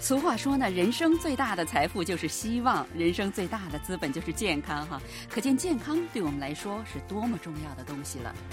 俗话说呢，人生最大的财富就是希望，人生最大的资本就是健康哈。可见健康对我们来说是多么重要的东西了。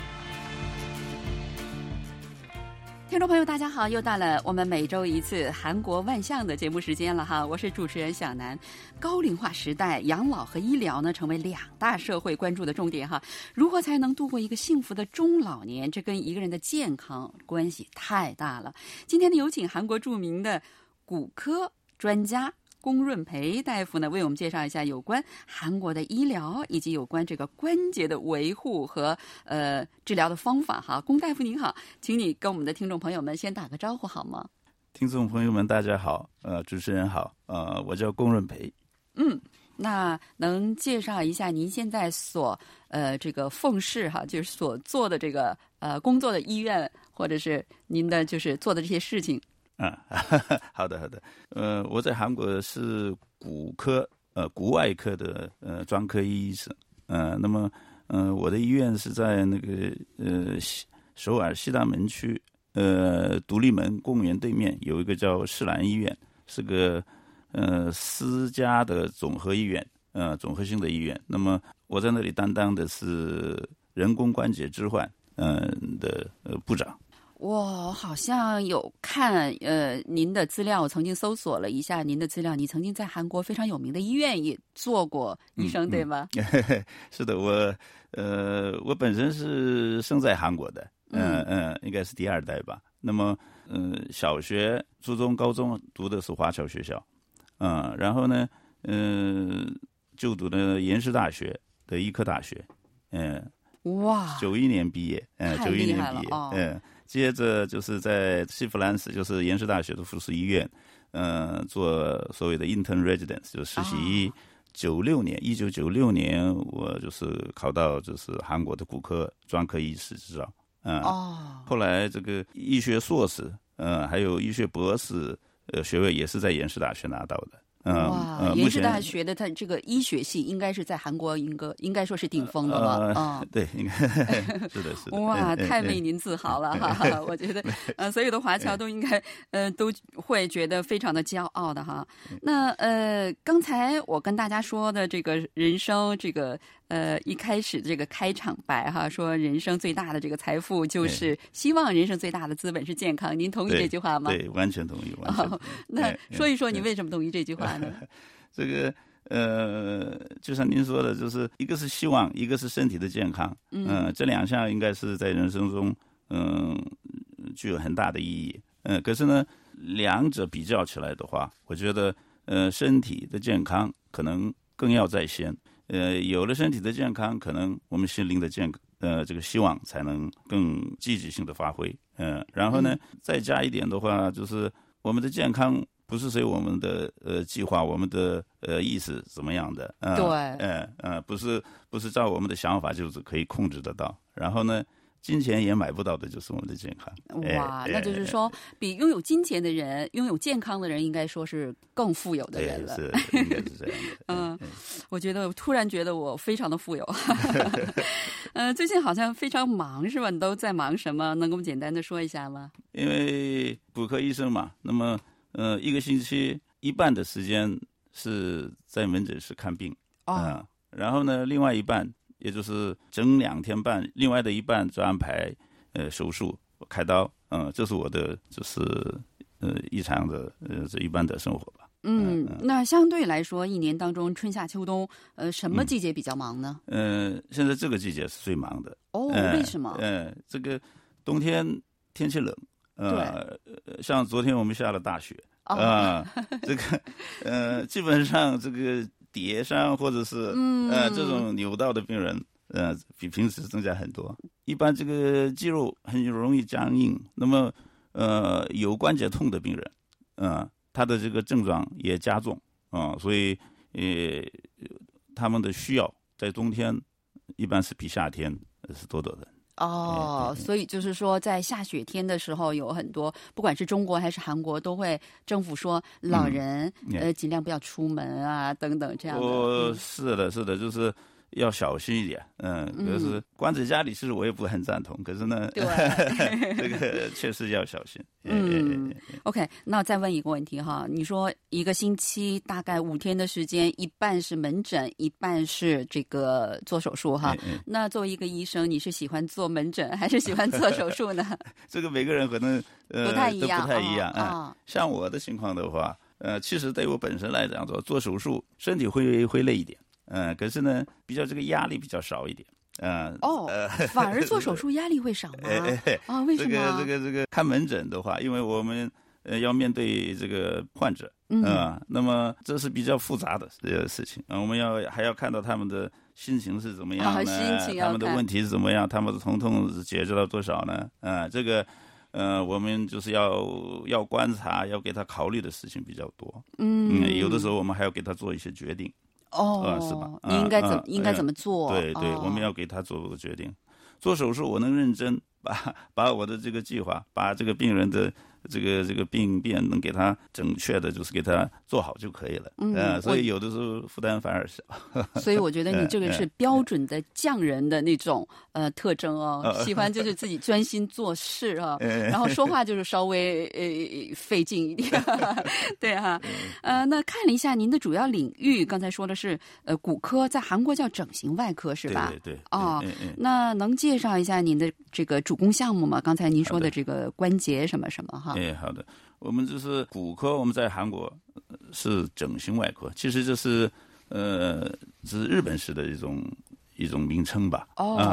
听众朋友大家好，又到了我们每周一次韩国万象的节目时间了哈，我是主持人小南。高龄化时代，养老和医疗呢成为两大社会关注的重点哈。如何才能度过一个幸福的中老年，这跟一个人的健康关系太大了。今天呢，有请韩国著名的骨科专家龚润培大夫呢，为我们介绍一下有关韩国的医疗以及有关这个关节的维护和治疗的方法哈。龚大夫您好，请你跟我们的听众朋友们先打个招呼好吗？ 听众朋友们大家好，主持人好，我叫龚润培。 那能介绍一下您现在所这个奉事哈，就是所做的这个工作的医院，或者是您的就是做的这些事情？ 好的。我在韩国是骨科骨外科的专科医生。那么我的医院是在那个首尔西大门区独立门公园对面有一个叫世兰医院，是个私家的总合医院，总合性的医院。那么我在那里担当的是人工关节置换的部长。 我好像有看您的资料，我曾经搜索了一下您的资料，你曾经在韩国非常有名的医院也做过医生，对吗？ 是的，我本身是生在韩国的，应该是第二代吧。那么小学、初中、高中读的是华侨学校，然后呢就读了延世大学的医科大学， 哇 ，91年毕业， 太厉害了 91年毕业，接着就是在西弗兰斯，就是延世大学的附属医院，做所谓的 intern residence， 就是实习医。1996年，我就是考到就是韩国的骨科专科医师执照。后来这个医学硕士，还有医学博士学位也是在延世大学拿到的。 哇，延世大学的它这个医学系应该是在韩国应该说是顶峰的了。 对，应该是的。 哇，太为您自豪了哈！我觉得所有的华侨都应该都会觉得非常的骄傲的哈。那刚才我跟大家说的这个人生这个一开始这个开场白哈，说人生最大的这个财富就是希望，人生最大的资本是健康，您同意这句话吗？ 对，完全同意。 那说一说你为什么同意这句话呢？ 这个就像您说的，就是一个是希望，一个是身体的健康。这两项应该是在人生中具有很大的意义。可是呢，两者比较起来的话，我觉得身体的健康可能更要在先。有了身体的健康，可能我们心灵的这个希望才能更积极性的发挥。然后呢，再加一点的话，就是我们的健康不是随我们的计划，我们的意识怎么样的。对。不是照我们的想法就是可以控制得到。然后呢，金钱也买不到的就是我们的健康。 哇，那就是说比拥有金钱的人，拥有健康的人应该说是更富有的人了。 是，应该是这样的。 我突然觉得我非常的富有。最近好像非常忙是吧？你都在忙什么？能给我们简单的说一下吗？ 因为骨科医生嘛，那么一个星期一半的时间是在门诊室看病。然后呢，另外一半也就是整2天半，另外的一半就安排手术开刀。这是我的就是日常的这一般的生活吧。 那相对来说，一年当中春夏秋冬，什么季节比较忙呢？ 现在这个季节是最忙的。 为什么？ 这个冬天天气冷，像昨天我们下了大雪。这个基本上这个跌伤或者是这种扭到的病人比平时增加很多。一般这个肌肉很容易僵硬，那么有关节痛的病人他的这个症状也加重所以他们的需要在冬天一般是比夏天是多的。 所以就是说在下雪天的时候，有很多不管是中国还是韩国都会政府说老人尽量不要出门啊等等这样的。 是的，就是要小心一点，可是关在家里，其实我也不很赞同。可是呢， 对， 这个确实要小心。 OK， 那再问一个问题哈，你说一个星期大概5天的时间，一半是门诊，一半是这个做手术哈。那作为一个医生，你是喜欢做门诊还是喜欢做手术呢？ 这个每个人可能不太一样， 都不太一样像我的情况的话，其实对我本身来讲，做手术身体会累一点，可是呢，比较这个压力比较少一点。 反而做手术压力会少吗？为什么？ 这个看门诊的话，因为我们要面对这个患者，那么这是比较复杂的事情，我们还要看到他们的心情是怎么样呢？他们的问题是怎么样？他们的疼痛是解决到多少呢？这个我们就是要观察，要给他考虑的事情比较多。有的时候我们还要给他做一些决定。是吧？ 你应该怎么做？ 对，我们要给他做个决定。做手术，我能认真把我的这个计划，把这个病人的这个病变能给他正确的，就是给他做好就可以了。所以有的时候负担反而小。 所以我觉得你这个是标准的匠人的那种特征喜欢就是自己专心做事然后说话就是稍微费劲一点。对哈，那看了一下您的主要领域，刚才说的是骨科，在韩国叫整形外科是吧？ 对。 那能介绍一下您的这个主攻项目吗？刚才您说的这个关节什么什么哈？ 好的，我们就是骨科，我们在韩国是整形外科，其实这是是日本式的一种名称吧。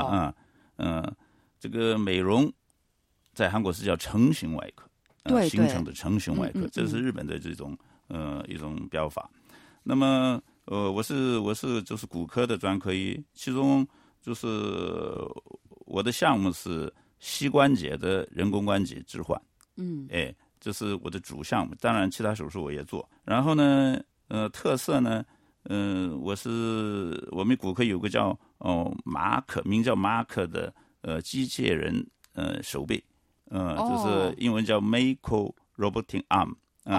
这个美容在韩国是叫成形外科，形成的成形外科，这是日本的这种一种标法。那么我是就是骨科的专科医，其中就是我的项目是膝关节的人工关节置换。这是我的主项目，当然其他手术我也做。然后呢，特色呢，我们骨科有个叫名叫马可的机械人手臂，就是英文叫 Mako Robotic Arm，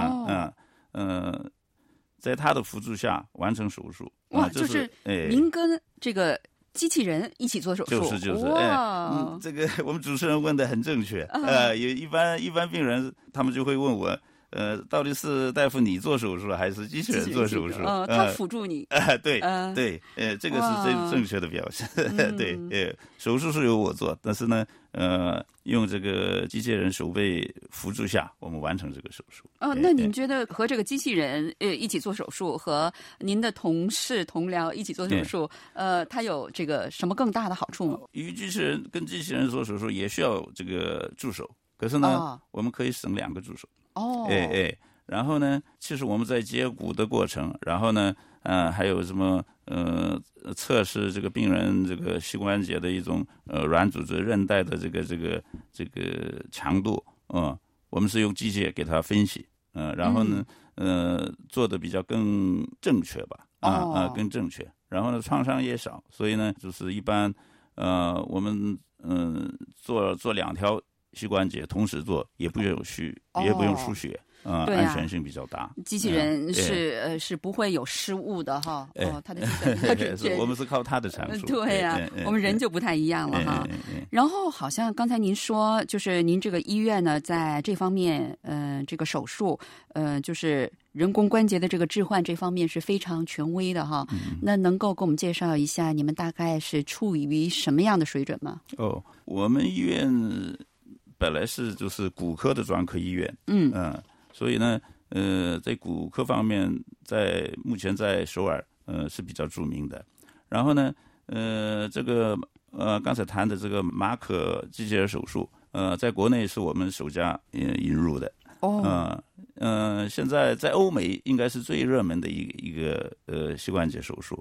在他的辅助下完成手术。 就是您跟这个机器人一起做手术， 就是，这个我们主持人问的很正确。有一般病人他们就会问我，到底是大夫你做手术还是机器人做手术？ 他辅助你。 对，这个是最正确的表现。对，手术是由我做，但是呢，用这个机器人手背辅助下，我们完成这个手术。 那您觉得和这个机器人一起做手术，和您的同事同僚一起做手术，它有这个什么更大的好处吗？ 与机器人做手术也需要这个助手，可是呢，我们可以省2个助手。然后呢，其实我们在接骨的过程，然后呢，还有什么测试这个病人这个膝关节的一种软组织韧带的这个强度，我们是用机械给它分析，然后呢，做的比较更正确吧，更正确。然后呢，创伤也少，所以呢，就是一般我们做2条膝关节同时做，也不用输血。安全性比较大。 机器人是不会有失误的哈。它的准确， 我们是靠它的参数。 对呀，我们人就不太一样了哈。然后好像刚才您说，就是您这个医院呢，在这方面，这个手术，就是人工关节的这个置换这方面是非常权威的哈。那能够给我们介绍一下，你们大概是处于什么样的水准吗？ 我们医院本来是就是骨科的专科医院。所以呢，在骨科方面，目前在首尔，是比较著名的。然后呢，这个刚才谈的这个马可机器人手术，在国内是我们首家引入的。现在在欧美应该是最热门的一个膝关节手术。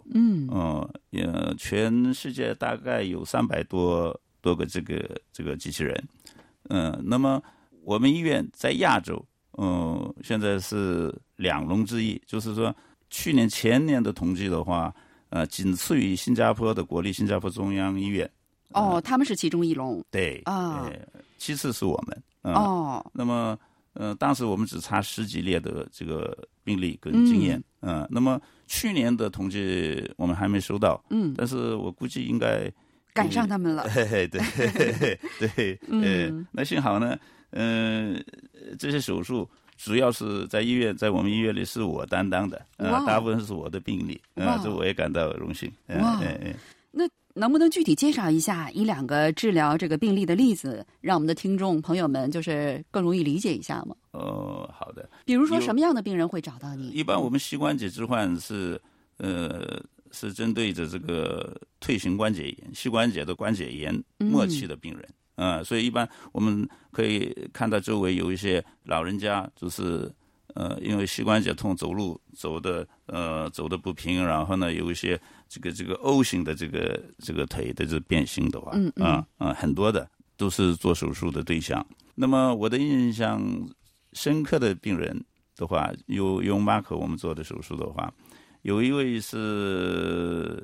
全世界大概有300多个这个机器人。那么我们医院在亚洲。现在是2龙之一，就是说去年前年的统计的话，仅次于新加坡的国立新加坡中央医院。 他们是其中1龙。 对其次是我们。那么当时我们只差10几例的这个病例跟经验，那么去年的统计我们还没收到，但是我估计应该赶上他们了。 对对，那幸好呢，这些手术主要是在我们医院里是我担当的，大部分是我的病例，这我也感到荣幸。 那能不能具体介绍一下1-2个治疗这个病例的例子，让我们的听众朋友们就是更容易理解一下吗？ 好的。 比如说什么样的病人会找到你？ 一般我们膝关节置换是针对着这个退行关节炎、膝关节的关节炎末期的病人，所以一般我们可以看到周围有一些老人家，就是因为膝关节痛，走路走的不平，然后呢有一些这个 O 型的这个腿的这变形的话，很多的都是做手术的对象。那么我的印象深刻的病人的话，用 Mark 我们做的手术的话，有一位是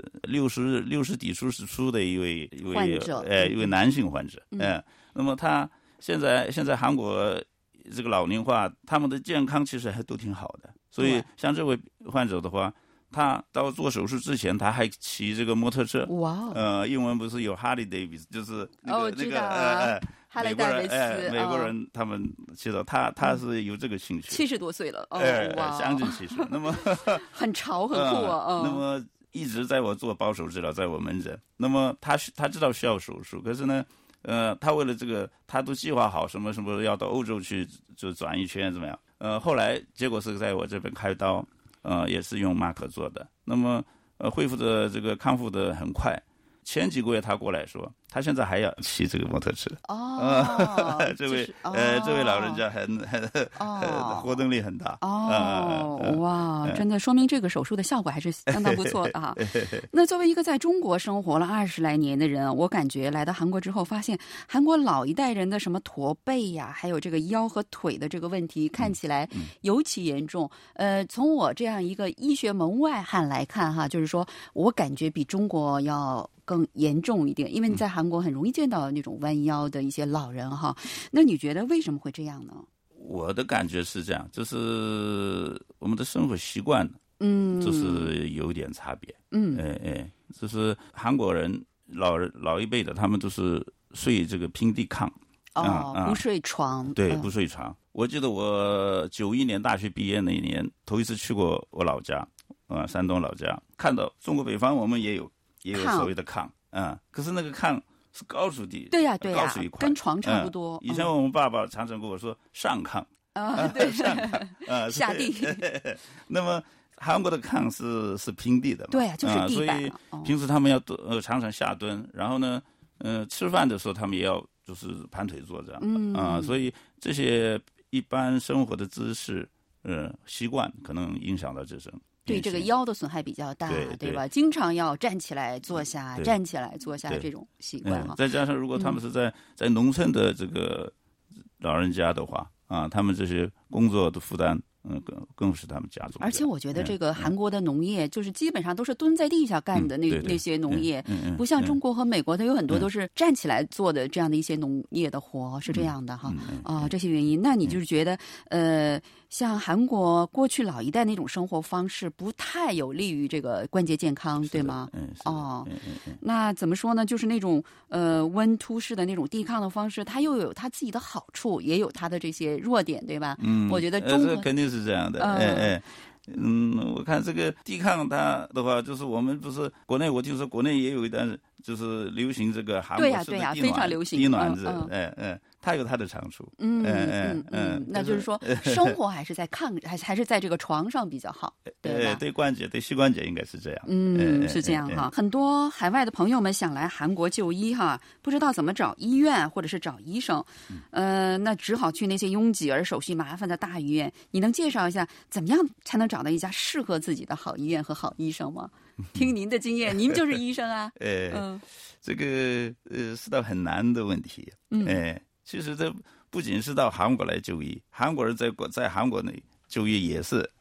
60底60出的一位患者， 一位男性患者，那么他现在韩国这个老龄化，他们的健康其实还都挺好的，所以像这位患者的话，他到做手术之前他还骑这个摩托车，英文不是有 Harley Davidson， 就是那个哈雷戴维斯， 美国人他们知道他是有这个兴趣 ，70多岁了， 将近70，那么很潮很酷啊， 那么一直在我做保守治疗，在我门诊，那么他知道需要手术，可是呢，他为了这个，他都计划好什么要到欧洲去就转一圈怎么样？后来结果是在我这边开刀，也是用 Mark 做的，那么恢复的这个康复的很快。前几个月他过来说，他现在还要骑这个摩托车。这位老人家很活动力很大。 哇，真的说明这个手术的效果还是相当不错的哈。那作为一个在中国生活了20来年的人，我感觉来到韩国之后，发现韩国老一代人的什么驼背呀，还有这个腰和腿的这个问题，看起来尤其严重。从我这样一个医学门外汉来看哈，就是说我感觉比中国要更严重一点，因为你在韩国很容易见到那种弯腰的一些老人哈。那你觉得为什么会这样呢？ 我的感觉是这样，就是我们的生活习惯，就是有点差别。就是韩国人老一辈的，他们都是睡这个平地炕， 不睡床。 对，不睡床。我记得我91年大学毕业那一年，头一次去过我老家，山东老家，看到中国北方我们也有所谓的炕，可是那个炕是高出地， 对呀， 高出一块， 跟床差不多。 以前我们爸爸常常跟我说上炕， 对， 上炕， 下地。 那么韩国的炕是平地的嘛， 对呀，就是地板。 所以平时他们要常常下蹲，然后呢，吃饭的时候他们也要就是盘腿坐这样，所以这些一般生活的姿势，习惯可能影响到这种。 对这个腰的损害比较大，对吧？经常要站起来坐下，站起来坐下这种习惯哈。 再加上如果他们是在农村的这个老人家的话，他们这些工作的负担，更是他们加重。 而且我觉得这个韩国的农业就是基本上都是蹲在地下干的那些农业，不像中国和美国，它有很多都是站起来做的这样的一些农业的活，是这样的哈。这些原因，那你就是觉得像韩国过去老一代那种生活方式不太有利于这个关节健康，对吗？那怎么说呢？就是那种温突式的那种地炕的方式，它又有它自己的好处，也有它的这些弱点，对吧？我觉得这肯定是这样的。我看这个地炕它的话，就是我们不是国内，我听说国内也有一段就是流行这个韩国式的非常流行地暖子，它有它的长处。 那就是说生活还是在还是在这个床上比较好，对吧？ 对关节，对膝关节应该是这样。 是这样哈。很多海外的朋友们想来韩国就医哈，不知道怎么找医院或者是找医生，那只好去那些拥挤而手续麻烦的大医院。你能介绍一下怎么样才能找到一家适合自己的好医院和好医生吗？听您的经验，您就是医生啊。 这个是道很难的问题。其实这不仅是到韩国来就医，韩国人在韩国内就医也是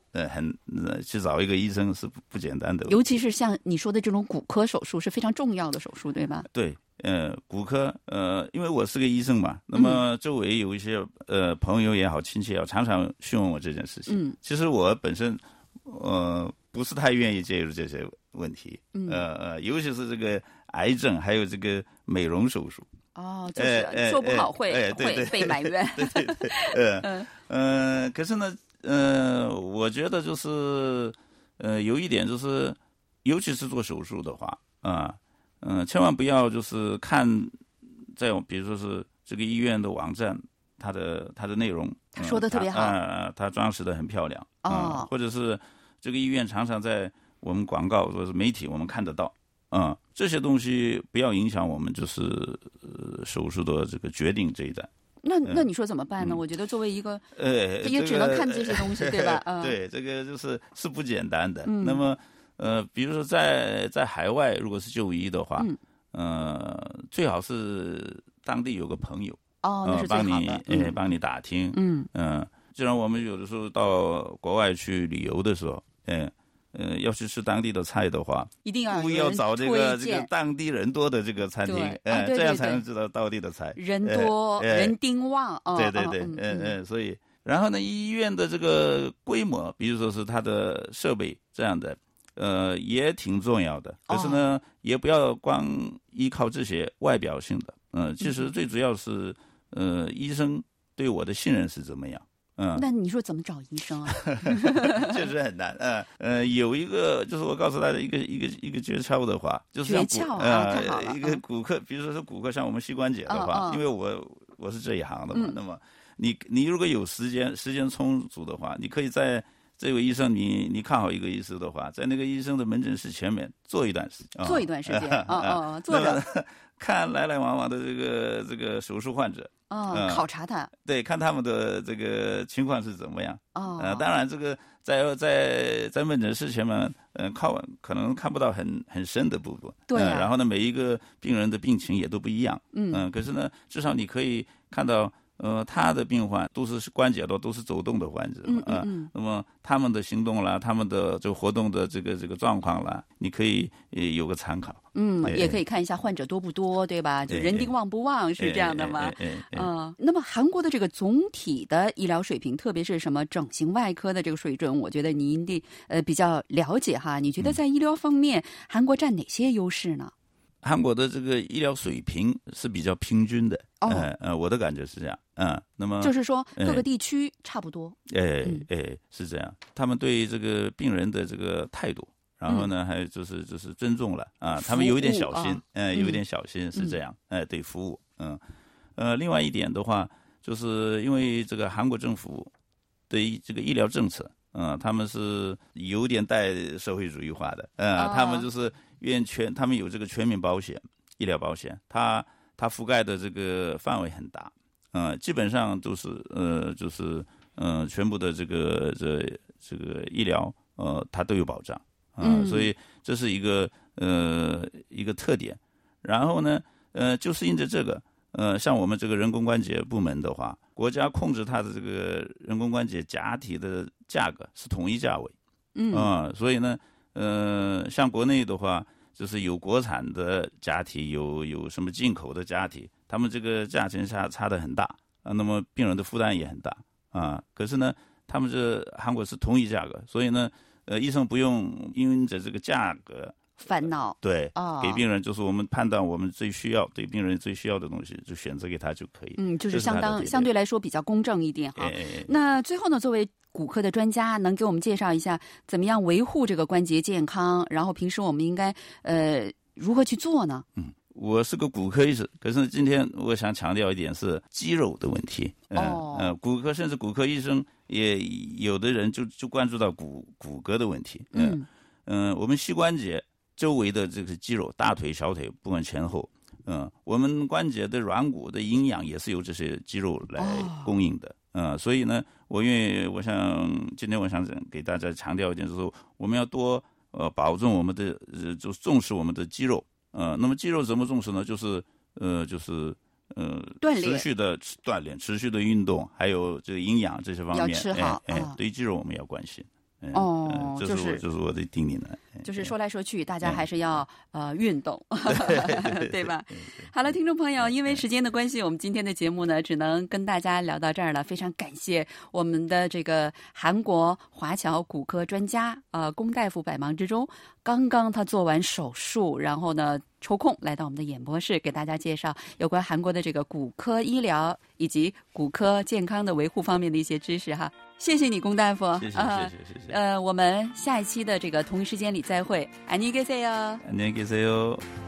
去找一个医生是不简单的， 尤其是像你说的这种骨科手术是非常重要的手术，对吧？ 对，骨科，因为我是个医生嘛，那么周围有一些朋友也好，亲戚也好，常常询问我这件事情。其实我本身不是太愿意介入这些问题，尤其是这个癌症，还有这个美容手术。 就是做不好会被埋怨。 对，可是呢，我觉得就是有一点就是，尤其是做手术的话，千万不要就是看比如说是这个医院的网站，它的内容， 他说的特别好， 它装饰的很漂亮或者是这个医院常常在我们广告或者是媒体我们看得到。这些东西不要影响我们就是手术的这个决定这一站。 那你说怎么办呢？我觉得作为一个也只能看这些东西，对吧？ 对，这个是不简单的。那么比如说在海外如果是就医的话，最好是当地有个朋友那是最好的， 帮你打听。就像我们有的时候到国外去旅游的时候，要去吃当地的菜的话， 一定要故意要找这个当地人多的这个餐厅，这样才能知道当地的菜。 人多人丁旺， 对，所以然后呢，医院的这个规模，比如说是它的设备这样的，也挺重要的。可是呢，也不要光依靠这些外表性的，其实最主要是医生对我的信任是怎么样。 那你说怎么找医生啊？ 确实很难。有一个就是我告诉他的一个诀窍的话，就是诀窍一个骨科，比如说是骨科，像我们膝关节的话，因为我是这一行的嘛，那么你如果有时间充足的话，你可以在这位医生你看好一个医生的话，在那个医生的门诊室前面坐一段时间，坐着看来往往的这个手术患者。 考察他， 对，看他们的这个情况是怎么样。当然这个在门诊室前面，可能看不到很深的部分。 对， 然后呢，每一个病人的病情也都不一样。可是呢，至少你可以看到，他的病患都是关节的，都是走动的患者。那么他们的行动啦，他们的这个活动的这个状况啦，你可以有个参考。 也可以看一下患者多不多，对吧？就人丁旺不旺，是这样的吗？那么韩国的这个总体的医疗水平，特别是什么整形外科的这个水准，我觉得你一定比较了解哈。你觉得在医疗方面，韩国占哪些优势呢？ 韩国的这个医疗水平是比较平均的。我的感觉是这样。那么就是说各个地区差不多。 是这样。他们对这个病人的这个态度。然后呢，还有就是尊重了他们有一点小心，有一点小心是这样，对服务，另外一点的话，就是因为这个韩国政府对这个医疗政策，他们是有点带社会主义化的，他们就是他们有这个全民保险、医疗保险，它覆盖的这个范围很大，基本上都是就是全部的这个医疗它都有保障。所以这是一个特点。然后呢，就是因着这个，像我们这个人工关节部门的话，国家控制它的这个人工关节假体的价格是统一价位。所以呢，像国内的话，就是有国产的假体，有什么进口的假体，他们这个价钱差得很大那么病人的负担也很大可是呢，他们韩国是统一价格，所以呢。医生不用因着这个价格烦恼， 对，给病人就是我们判断我们最需要对病人最需要的东西，就选择给他就可以。 就是相对来说比较公正一点哈。那最后呢，作为骨科的专家，能给我们介绍一下怎么样维护这个关节健康？然后平时我们应该如何去做呢？ 我是个骨科医生，可是今天我想强调一点是肌肉的问题。骨科甚至骨科医生也有的人就关注到骨骼的问题。我们膝关节周围的这个肌肉，大腿、小腿，不管前后，我们关节的软骨的营养也是由这些肌肉来供应的。所以呢，今天我想给大家强调一点，就是说我们要多保重我们的就重视我们的肌肉。那么肌肉怎么重视呢？就是持续的锻炼、持续的运动，还有这个营养这些方面， 要吃好。 对肌肉我们要关心。 就是我的叮咛了。 就是说来说去，大家还是要运动，对吧？好了，听众朋友，因为时间的关系，我们今天的节目呢，只能跟大家聊到这儿了。非常感谢我们的这个韩国华侨骨科专家龚大夫，百忙之中刚刚他做完手术，然后呢抽空来到我们的演播室，给大家介绍有关韩国的这个骨科医疗以及骨科健康的维护方面的一些知识哈。谢谢你，龚大夫。 谢谢。 我们下一期的这个同一时间里再会。안녕히 계세요。 안녕히 계세요。